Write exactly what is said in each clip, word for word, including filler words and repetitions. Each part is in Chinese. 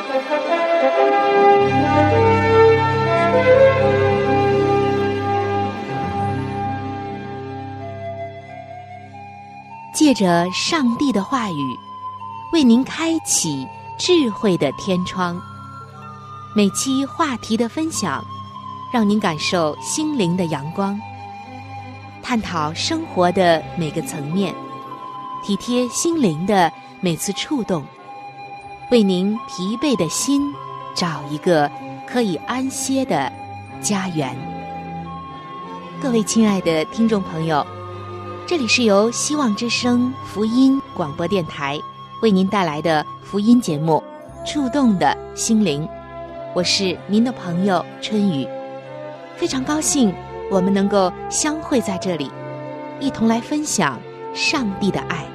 借着上帝的话语，为您开启智慧的天窗。每期话题的分享，让您感受心灵的阳光，探讨生活的每个层面，体贴心灵的每次触动，为您疲惫的心找一个可以安歇的家园。各位亲爱的听众朋友，这里是由希望之声福音广播电台为您带来的福音节目《触动的心灵》，我是您的朋友春雨，非常高兴我们能够相会在这里，一同来分享上帝的爱。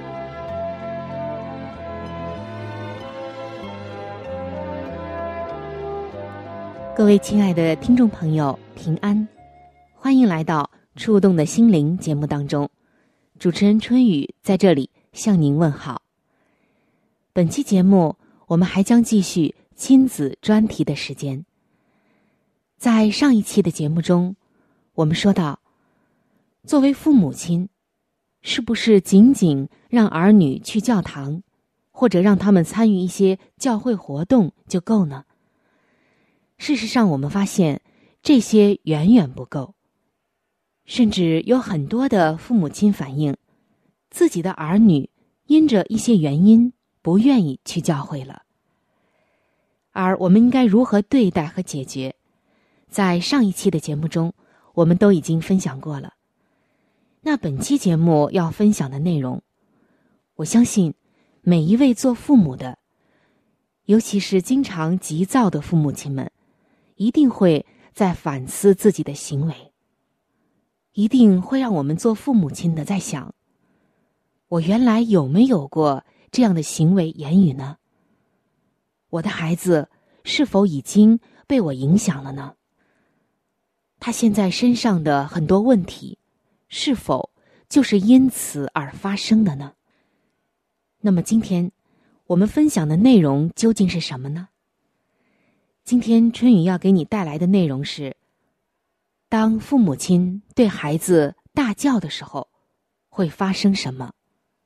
各位亲爱的听众朋友，平安，欢迎来到《触动的心灵》节目当中。主持人春雨在这里向您问好。本期节目我们还将继续亲子专题的时间。在上一期的节目中，我们说到，作为父母亲，是不是仅仅让儿女去教堂，或者让他们参与一些教会活动就够呢？事实上，我们发现这些远远不够。甚至有很多的父母亲反映，自己的儿女因着一些原因不愿意去教会了。而我们应该如何对待和解决，在上一期的节目中我们都已经分享过了。那本期节目要分享的内容，我相信每一位做父母的，尤其是经常急躁的父母亲们，一定会在反思自己的行为，一定会让我们做父母亲的在想，我原来有没有过这样的行为言语呢？我的孩子是否已经被我影响了呢？他现在身上的很多问题，是否就是因此而发生的呢？那么今天我们分享的内容究竟是什么呢？今天春雨要给你带来的内容是，当父母亲对孩子大叫的时候，会发生什么？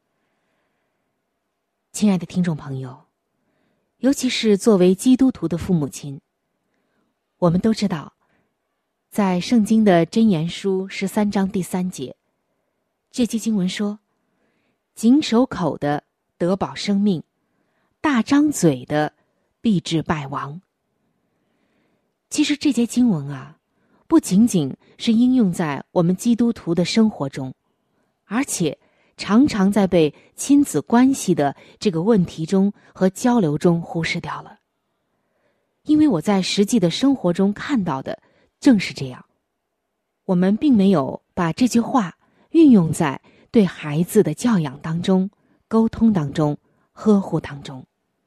亲爱的听众朋友，尤其是作为基督徒的父母亲，我们都知道，在圣经的箴言书十三章第三节，这节经文说，谨守口的得保生命，大张嘴的必致败亡。其实这节经文啊，不仅仅是应用在我们基督徒的生活中，而且常常在被亲子关系的这个问题中和交流中忽视掉了。因为我在实际的生活中看到的正是这样，我们并没有把这句话运用在对孩子的教养当中、沟通当中、呵护当中。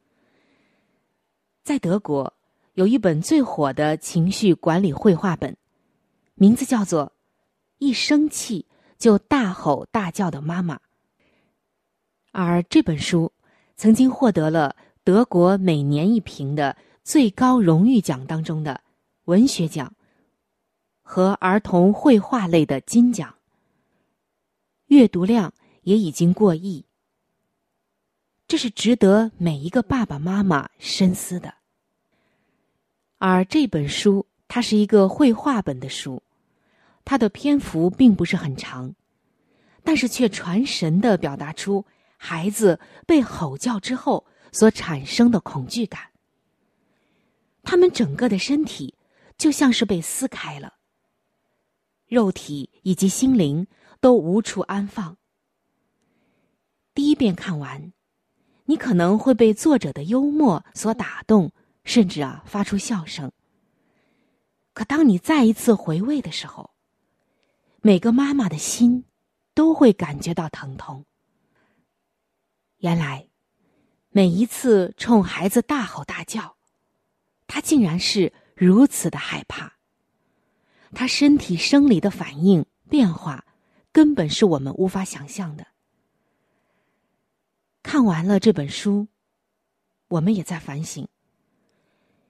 在德国有一本最火的情绪管理绘画本，名字叫做《一生气就大吼大叫的妈妈》。而这本书曾经获得了德国每年一评的最高荣誉奖当中的文学奖和儿童绘画类的金奖，阅读量也已经过亿。这是值得每一个爸爸妈妈深思的。而这本书它是一个绘画本的书，它的篇幅并不是很长，但是却传神地表达出孩子被吼叫之后所产生的恐惧感。他们整个的身体就像是被撕开了，肉体以及心灵都无处安放。第一遍看完，你可能会被作者的幽默所打动，甚至啊发出笑声。可当你再一次回味的时候，每个妈妈的心都会感觉到疼痛。原来每一次冲孩子大吼大叫，他竟然是如此的害怕，他身体生理的反应变化根本是我们无法想象的。看完了这本书，我们也在反省，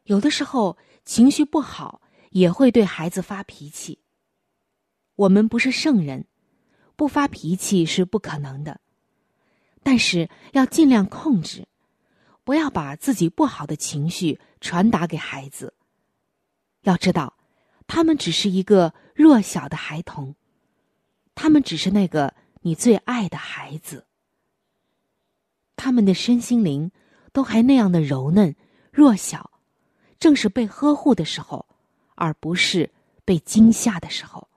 有的时候情绪不好也会对孩子发脾气。我们不是圣人，不发脾气是不可能的，但是要尽量控制，不要把自己不好的情绪传达给孩子。要知道，他们只是一个弱小的孩童，他们只是那个你最爱的孩子。他们的身心灵都还那样的柔嫩、弱小，正是被呵护的时候，而不是被惊吓的时候。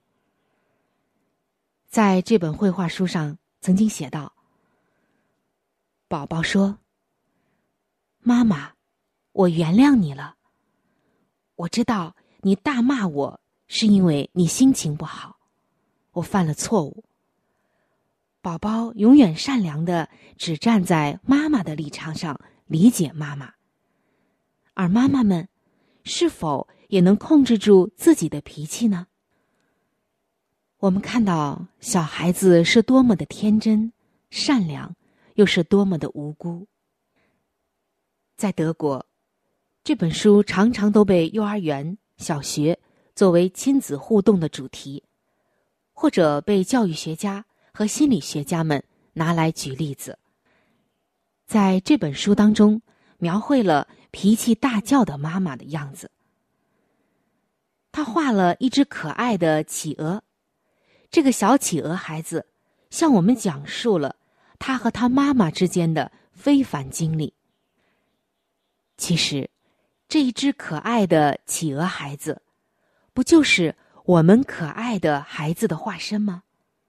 在这本绘画书上曾经写道，宝宝说：妈妈，我原谅你了。我知道你大骂我是因为你心情不好，我犯了错误。宝宝永远善良的只站在妈妈的立场上理解妈妈，而妈妈们是否也能控制住自己的脾气呢？我们看到小孩子是多么的天真、善良，又是多么的无辜。在德国，这本书常常都被幼儿园、小学作为亲子互动的主题，或者被教育学家和心理学家们拿来举例子。在这本书当中，描绘了脾气大叫的妈妈的样子。他画了一只可爱的企鹅，这个小企鹅孩子向我们讲述了他和他妈妈之间的非凡经历。其实，这一只可爱的企鹅孩子，不就是我们可爱的孩子的化身吗？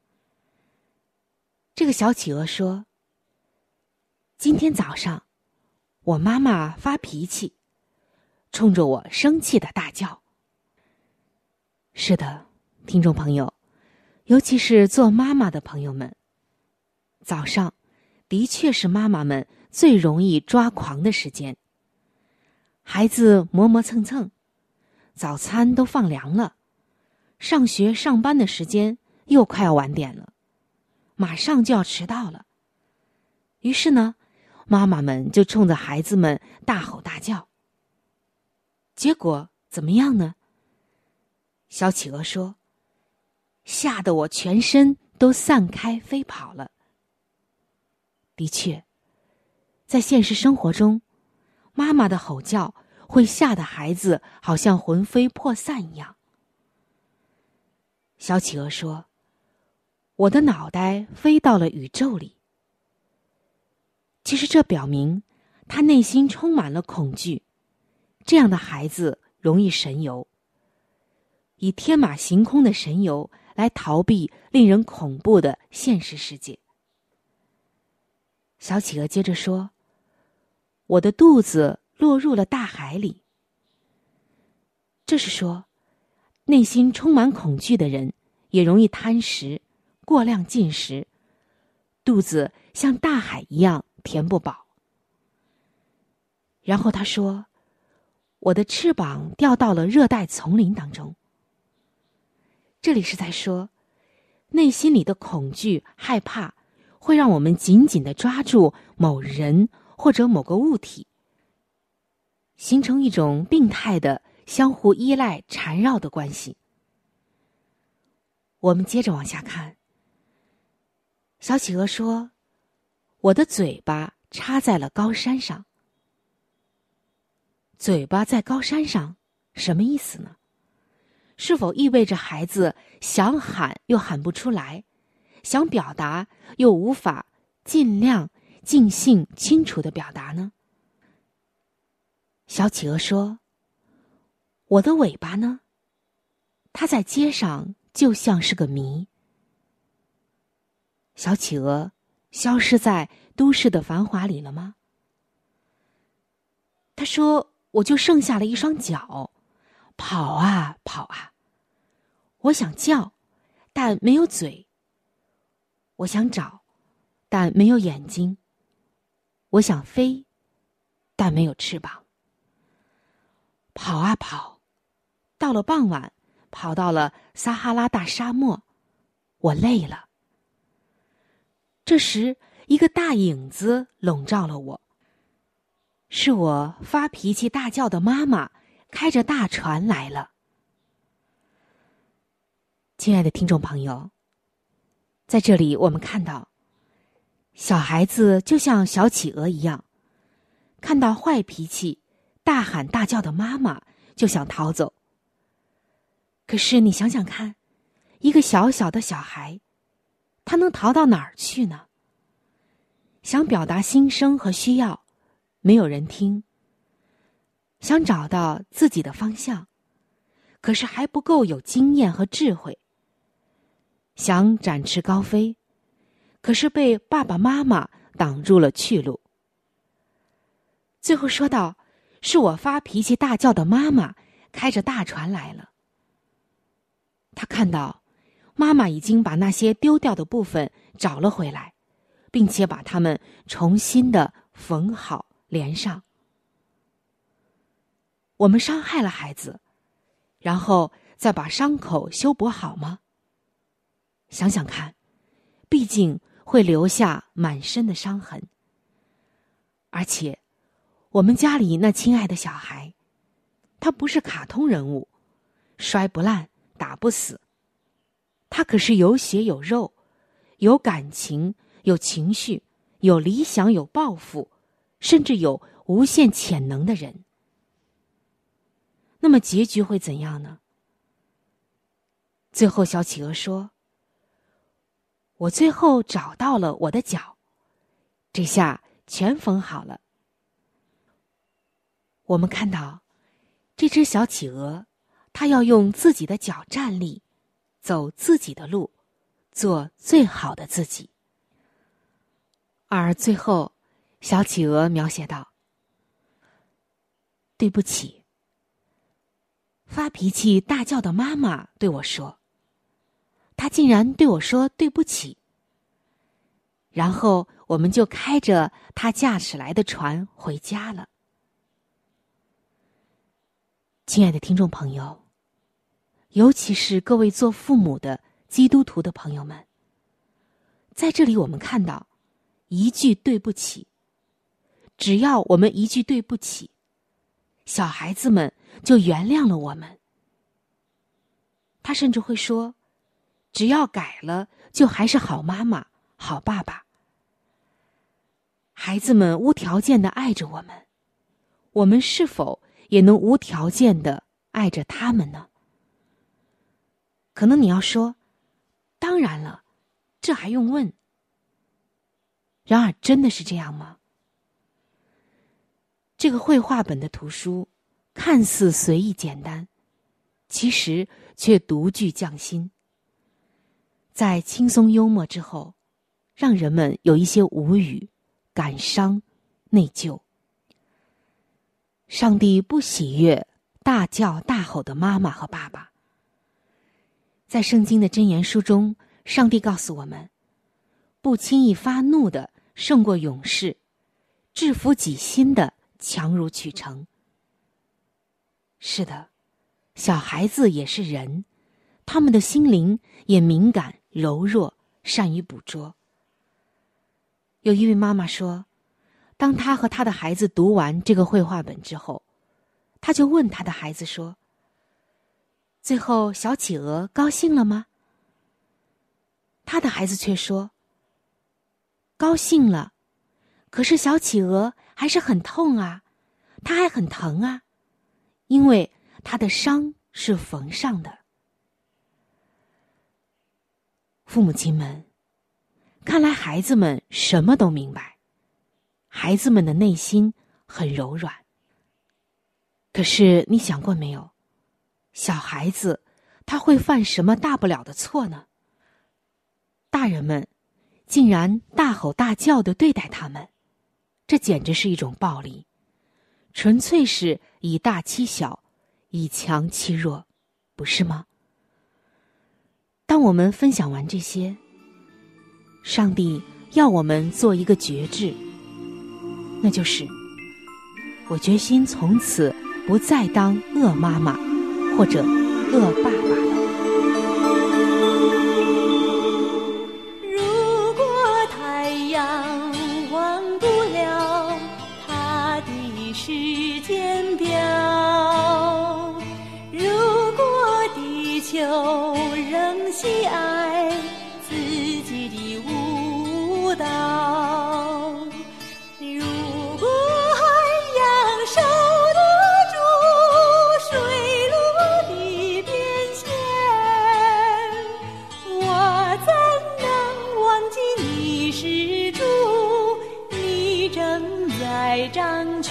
这个小企鹅说：今天早上，我妈妈发脾气，冲着我生气的大叫。是的，听众朋友，尤其是做妈妈的朋友们，早上的确是妈妈们最容易抓狂的时间。孩子磨磨蹭蹭，早餐都放凉了，上学上班的时间又快要晚点了，马上就要迟到了。于是呢，妈妈们就冲着孩子们大吼大叫。结果怎么样呢？小企鹅说：吓得我全身都散开飞跑了。的确，在现实生活中，妈妈的吼叫会吓得孩子好像魂飞魄散一样。小企鹅说：我的脑袋飞到了宇宙里。其实这表明他内心充满了恐惧，这样的孩子容易神游，以天马行空的神游来逃避令人恐怖的现实世界。小企鹅接着说：我的肚子落入了大海里。这是说，内心充满恐惧的人也容易贪食，过量进食，肚子像大海一样填不饱。然后他说：我的翅膀掉到了热带丛林当中。这里是在说，内心里的恐惧、害怕会让我们紧紧地抓住某人或者某个物体，形成一种病态的相互依赖缠绕的关系。我们接着往下看。小企鹅说：我的嘴巴插在了高山上。嘴巴在高山上，什么意思呢？是否意味着孩子想喊又喊不出来，想表达又无法尽量尽兴清楚地表达呢？小企鹅说：我的尾巴呢？它在街上就像是个谜。小企鹅消失在都市的繁华里了吗？他说：我就剩下了一双脚，跑啊跑啊。我想叫，但没有嘴。我想找，但没有眼睛。我想飞，但没有翅膀。跑啊跑，到了傍晚，跑到了撒哈拉大沙漠，我累了。这时，一个大影子笼罩了我。 是我发脾气大叫的妈妈开着大船来了。亲爱的听众朋友，在这里我们看到，小孩子就像小企鹅一样，看到坏脾气大喊大叫的妈妈就想逃走。可是你想想看，一个小小的小孩，他能逃到哪儿去呢？想表达心声和需要，没有人听；想找到自己的方向，可是还不够有经验和智慧；想展翅高飞，可是被爸爸妈妈挡住了去路。最后说到，是我发脾气大叫的妈妈开着大船来了。他看到妈妈已经把那些丢掉的部分找了回来，并且把它们重新的缝好连上。我们伤害了孩子，然后再把伤口修补好吗？想想看，毕竟会留下满身的伤痕。而且我们家里那亲爱的小孩，他不是卡通人物，摔不烂打不死，他可是有血有肉，有感情，有情绪，有理想，有抱负，甚至有无限潜能的人。那么结局会怎样呢？最后小企鹅说，我最后找到了我的脚，这下全缝好了。我们看到这只小企鹅，它要用自己的脚站立，走自己的路，做最好的自己。而最后小企鹅描写道，对不起，发脾气大叫的妈妈对我说，她竟然对我说对不起。然后我们就开着她驾驶来的船回家了。亲爱的听众朋友，尤其是各位做父母的基督徒的朋友们，在这里我们看到一句对不起，只要我们一句对不起，小孩子们就原谅了我们。他甚至会说，只要改了，就还是好妈妈、好爸爸。孩子们无条件的爱着我们，我们是否也能无条件的爱着他们呢？可能你要说，当然了，这还用问？然而真的是这样吗？这个绘画本的图书看似随意简单，其实却独具匠心。在轻松幽默之后，让人们有一些无语、感伤、内疚。上帝不喜悦大叫大吼的妈妈和爸爸。在圣经的箴言书中，上帝告诉我们，不轻易发怒的胜过勇士，制服己心的强如取成。是的，小孩子也是人，他们的心灵也敏感、柔弱，善于捕捉。有一位妈妈说，当她和她的孩子读完这个绘画本之后，她就问她的孩子说，最后小企鹅高兴了吗？她的孩子却说，高兴了，可是小企鹅还是很痛啊，它还很疼啊，因为它的伤是缝上的。父母亲们，看来孩子们什么都明白，孩子们的内心很柔软。可是你想过没有，小孩子他会犯什么大不了的错呢？大人们竟然大吼大叫地对待他们，这简直是一种暴力，纯粹是以大欺小，以强欺弱，不是吗？当我们分享完这些，上帝要我们做一个决志，那就是我决心从此不再当恶妈妈或者恶爸爸了。 如果太阳忘不了它的时间表。如果地球仍喜爱自己的舞蹈，如果海洋守得住水路的边线，我怎能忘记你是主，你正在掌权。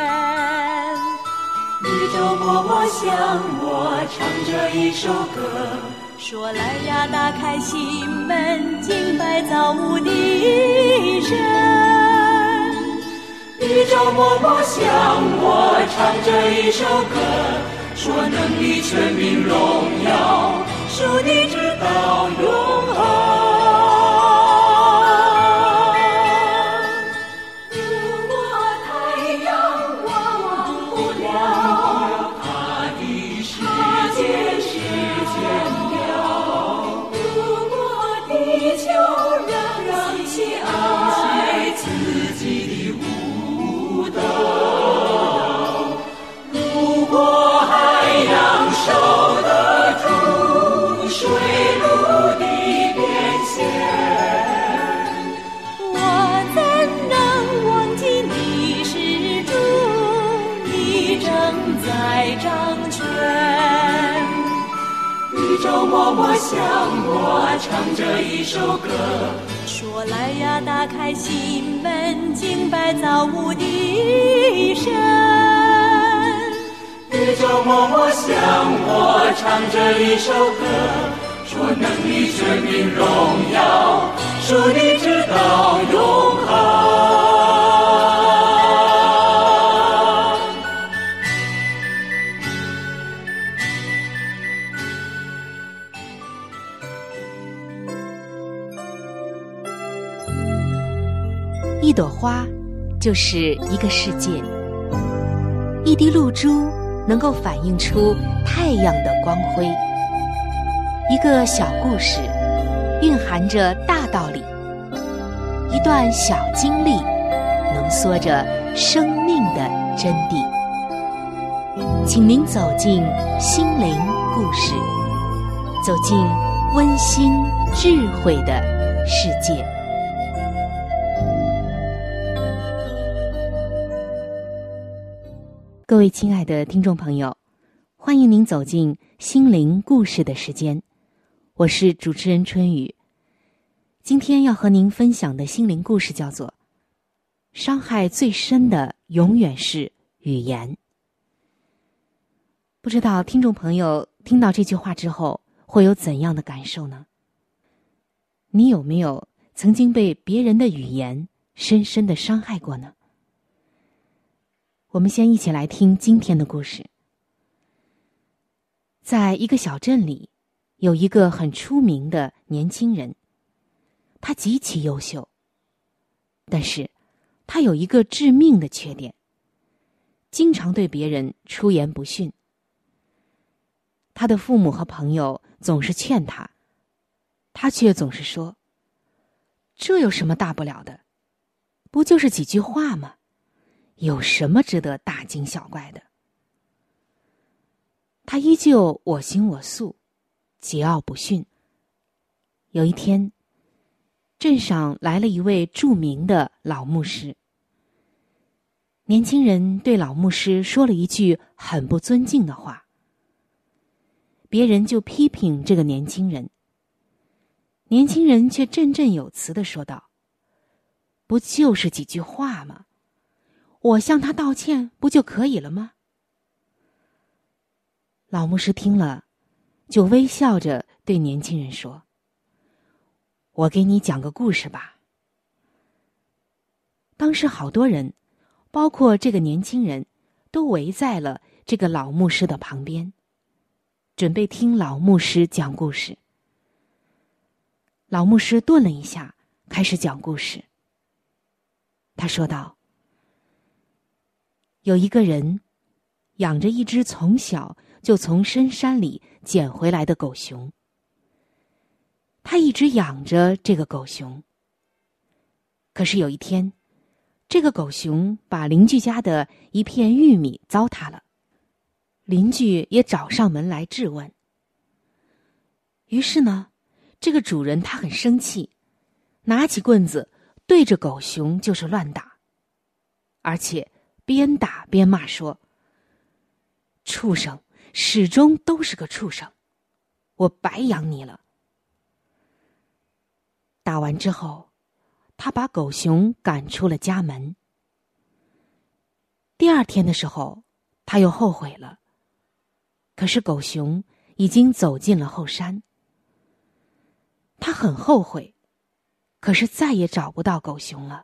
宇宙默默向我唱着一首歌，说来呀，打开心门，敬拜造物的神。宇宙默默向我唱着一首歌，说能力、权柄、荣耀属你直到永恒。默默向我唱着一首歌，说来呀，打开心门，敬拜造物的神。宇宙默默向我唱着一首歌，说能力、权柄、荣耀属你直到永恒。 一朵花就是一个世界，一滴露珠能够反映出太阳的光辉，一个小故事蕴含着大道理，一段小经历浓缩着生命的真谛。请您走进心灵故事，走进温馨智慧的世界。各位亲爱的听众朋友，欢迎您走进心灵故事的时间，我是主持人春雨。今天要和您分享的心灵故事叫做伤害最深的永远是语言。不知道听众朋友听到这句话之后会有怎样的感受呢？你有没有曾经被别人的语言深深的伤害过呢？我们先一起来听今天的故事。在一个小镇里，有一个很出名的年轻人，他极其优秀，但是他有一个致命的缺点，经常对别人出言不逊。他的父母和朋友总是劝他，他却总是说，这有什么大不了的，不就是几句话吗？有什么值得大惊小怪的？他依旧我行我素，桀骜不驯。有一天，镇上来了一位著名的老牧师。年轻人对老牧师说了一句很不尊敬的话，别人就批评这个年轻人。年轻人却振振有词地说道，不就是几句话吗？我向他道歉不就可以了吗？老牧师听了，就微笑着对年轻人说，我给你讲个故事吧。当时好多人，包括这个年轻人，都围在了这个老牧师的旁边，准备听老牧师讲故事。老牧师顿了一下，开始讲故事。他说道，有一个人养着一只从小就从深山里捡回来的狗熊，他一直养着这个狗熊。可是有一天， 这个狗熊把邻居家的一片玉米糟蹋了，邻居也找上门来质问。于是呢，这个主人他很生气，拿起棍子对着狗熊就是乱打，而且边打边骂说：畜生，始终都是个畜生，我白养你了。打完之后，他把狗熊赶出了家门。第二天的时候，他又后悔了，可是狗熊已经走进了后山。他很后悔，可是再也找不到狗熊了。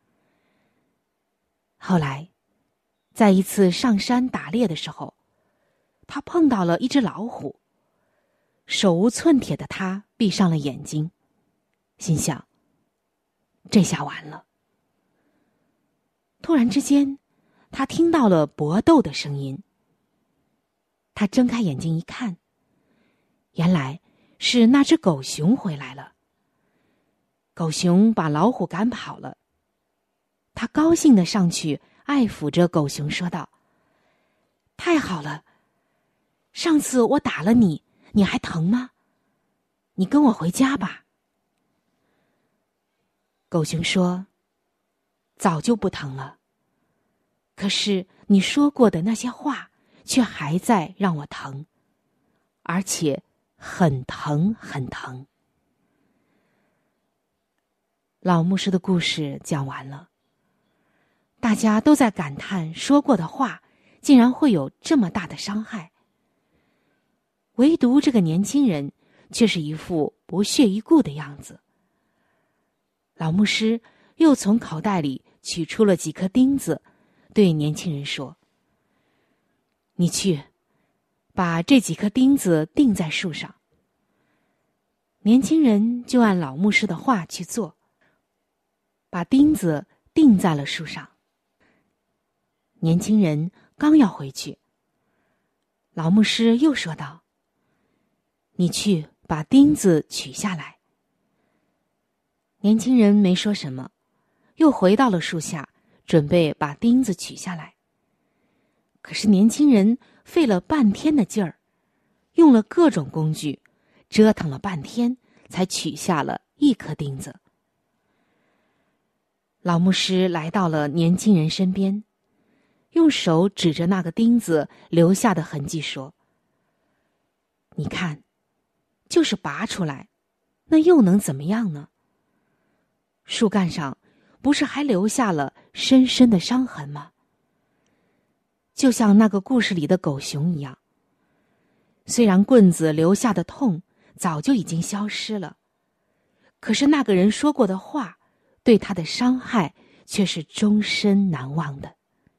后来，在一次上山打猎的时候，他碰到了一只老虎。手无寸铁的他闭上了眼睛，心想：这下完了。突然之间，他听到了搏斗的声音。他睁开眼睛一看，原来是那只狗熊回来了。狗熊把老虎赶跑了。他高兴地上去爱抚着狗熊说道：太好了，上次我打了你，你还疼吗？你跟我回家吧。狗熊说：早就不疼了，可是你说过的那些话却还在让我疼，而且很疼很疼。老牧师的故事讲完了，大家都在感叹说过的话竟然会有这么大的伤害，唯独这个年轻人却是一副不屑一顾的样子。老牧师又从口袋里取出了几颗钉子，对年轻人说：你去把这几颗钉子钉在树上。年轻人就按老牧师的话去做，把钉子钉在了树上。年轻人刚要回去，老牧师又说道：你去把钉子取下来。年轻人没说什么，又回到了树下，准备把钉子取下来。可是年轻人费了半天的劲儿，用了各种工具，折腾了半天，才取下了一颗钉子。老牧师来到了年轻人身边，用手指着那个钉子留下的痕迹说：你看，就是拔出来，那又能怎么样呢？树干上不是还留下了深深的伤痕吗？就像那个故事里的狗熊一样，虽然棍子留下的痛早就已经消失了，可是那个人说过的话对他的伤害却是终身难忘的。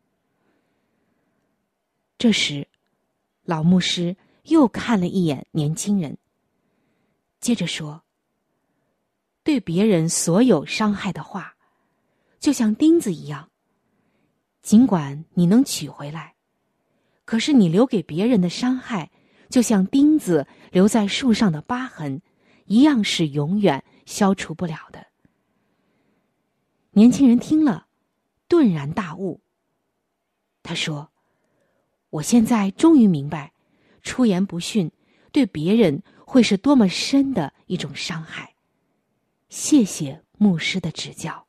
这时，老牧师又看了一眼年轻人，接着说：对别人所有伤害的话，就像钉子一样，尽管你能取回来，可是你留给别人的伤害，就像钉子留在树上的疤痕，一样是永远消除不了的。年轻人听了，顿然大悟。他说：我现在终于明白，出言不逊对别人会是多么深的一种伤害。谢谢牧师的指教。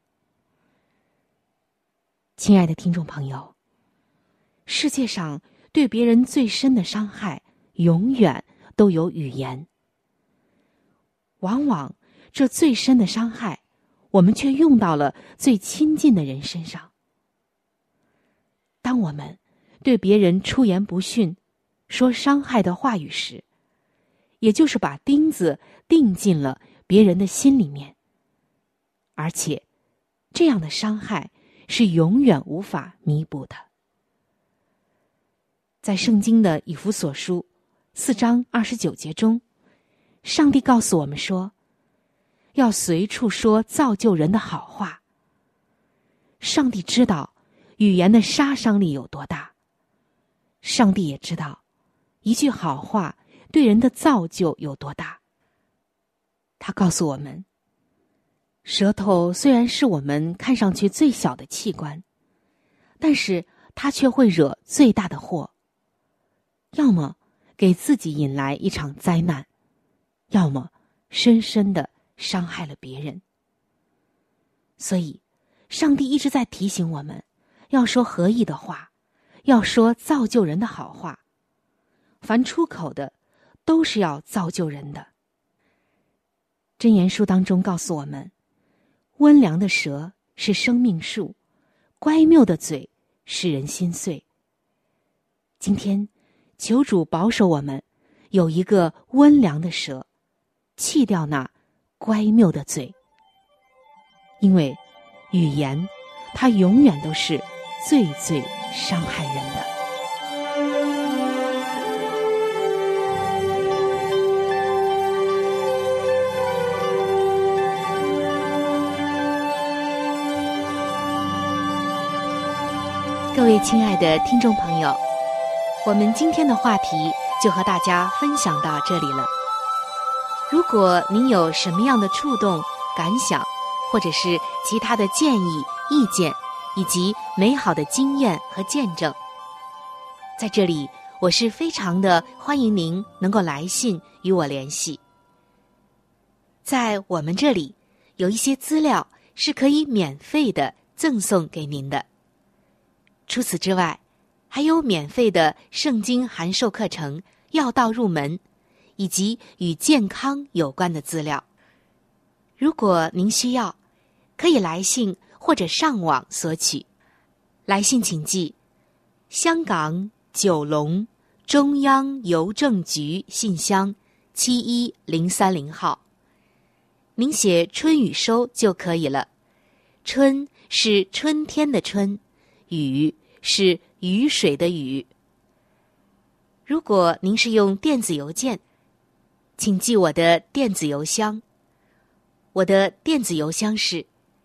亲爱的听众朋友，世界上对别人最深的伤害，永远都有语言。往往这最深的伤害，我们却用到了最亲近的人身上。当我们对别人出言不逊，说伤害的话语时，也就是把钉子钉进了别人的心里面，而且这样的伤害是永远无法弥补的。在圣经的以弗所书四章二十九节中，上帝告诉我们说，要随处说造就人的好话。上帝知道语言的杀伤力有多大，上帝也知道一句好话对人的造就有多大。他告诉我们， 舌头虽然是我们看上去最小的器官，但是它却会惹最大的祸，要么给自己引来一场灾难，要么深深地伤害了别人。所以上帝一直在提醒我们，要说合意的话，要说造就人的好话，凡出口的都是要造就人的。箴言书当中告诉我们，温良的舌是生命树，乖谬的嘴使人心碎。今天求主保守我们有一个温良的舌，弃掉那乖谬的嘴，因为语言它永远都是最最伤害人的。各位亲爱的听众朋友，我们今天的话题就和大家分享到这里了。如果您有什么样的触动、感想，或者是其他的建议、意见，以及美好的经验和见证，在这里我是非常的欢迎您能够来信与我联系。在我们这里有一些资料是可以免费的赠送给您的。除此之外，还有免费的圣经函授课程要道入门，以及与健康有关的资料。如果您需要，可以来信或者上网索取。来信请寄香港九龙中央邮政局信箱七一零三零号，您写春雨收就可以了。春是春天的春，雨是雨水的雨。如果您是用电子邮件，请记我的电子邮箱。我的电子邮箱是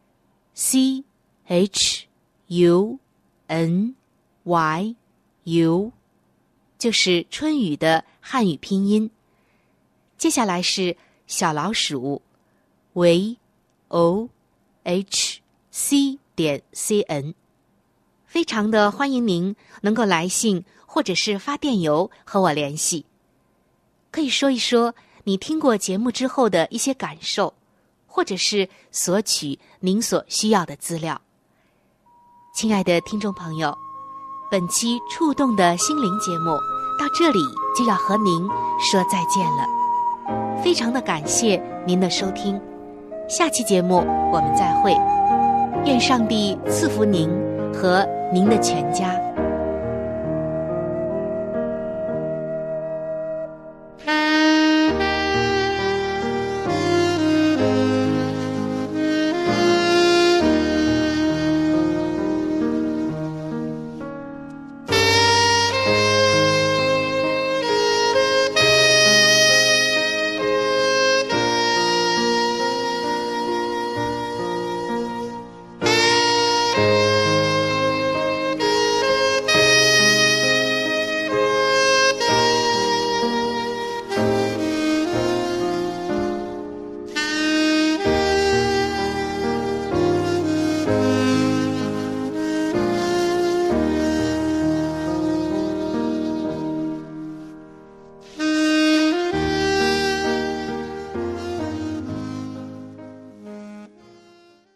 c h u n y u， 就是春雨的汉语拼音。接下来是小老鼠 v o h c 点 c n。非常的欢迎您能够来信或者是发电邮和我联系，可以说一说你听过节目之后的一些感受，或者是索取您所需要的资料。亲爱的听众朋友，本期触动的心灵节目到这里就要和您说再见了，非常的感谢您的收听，下期节目我们再会，愿上帝赐福您和您的全家。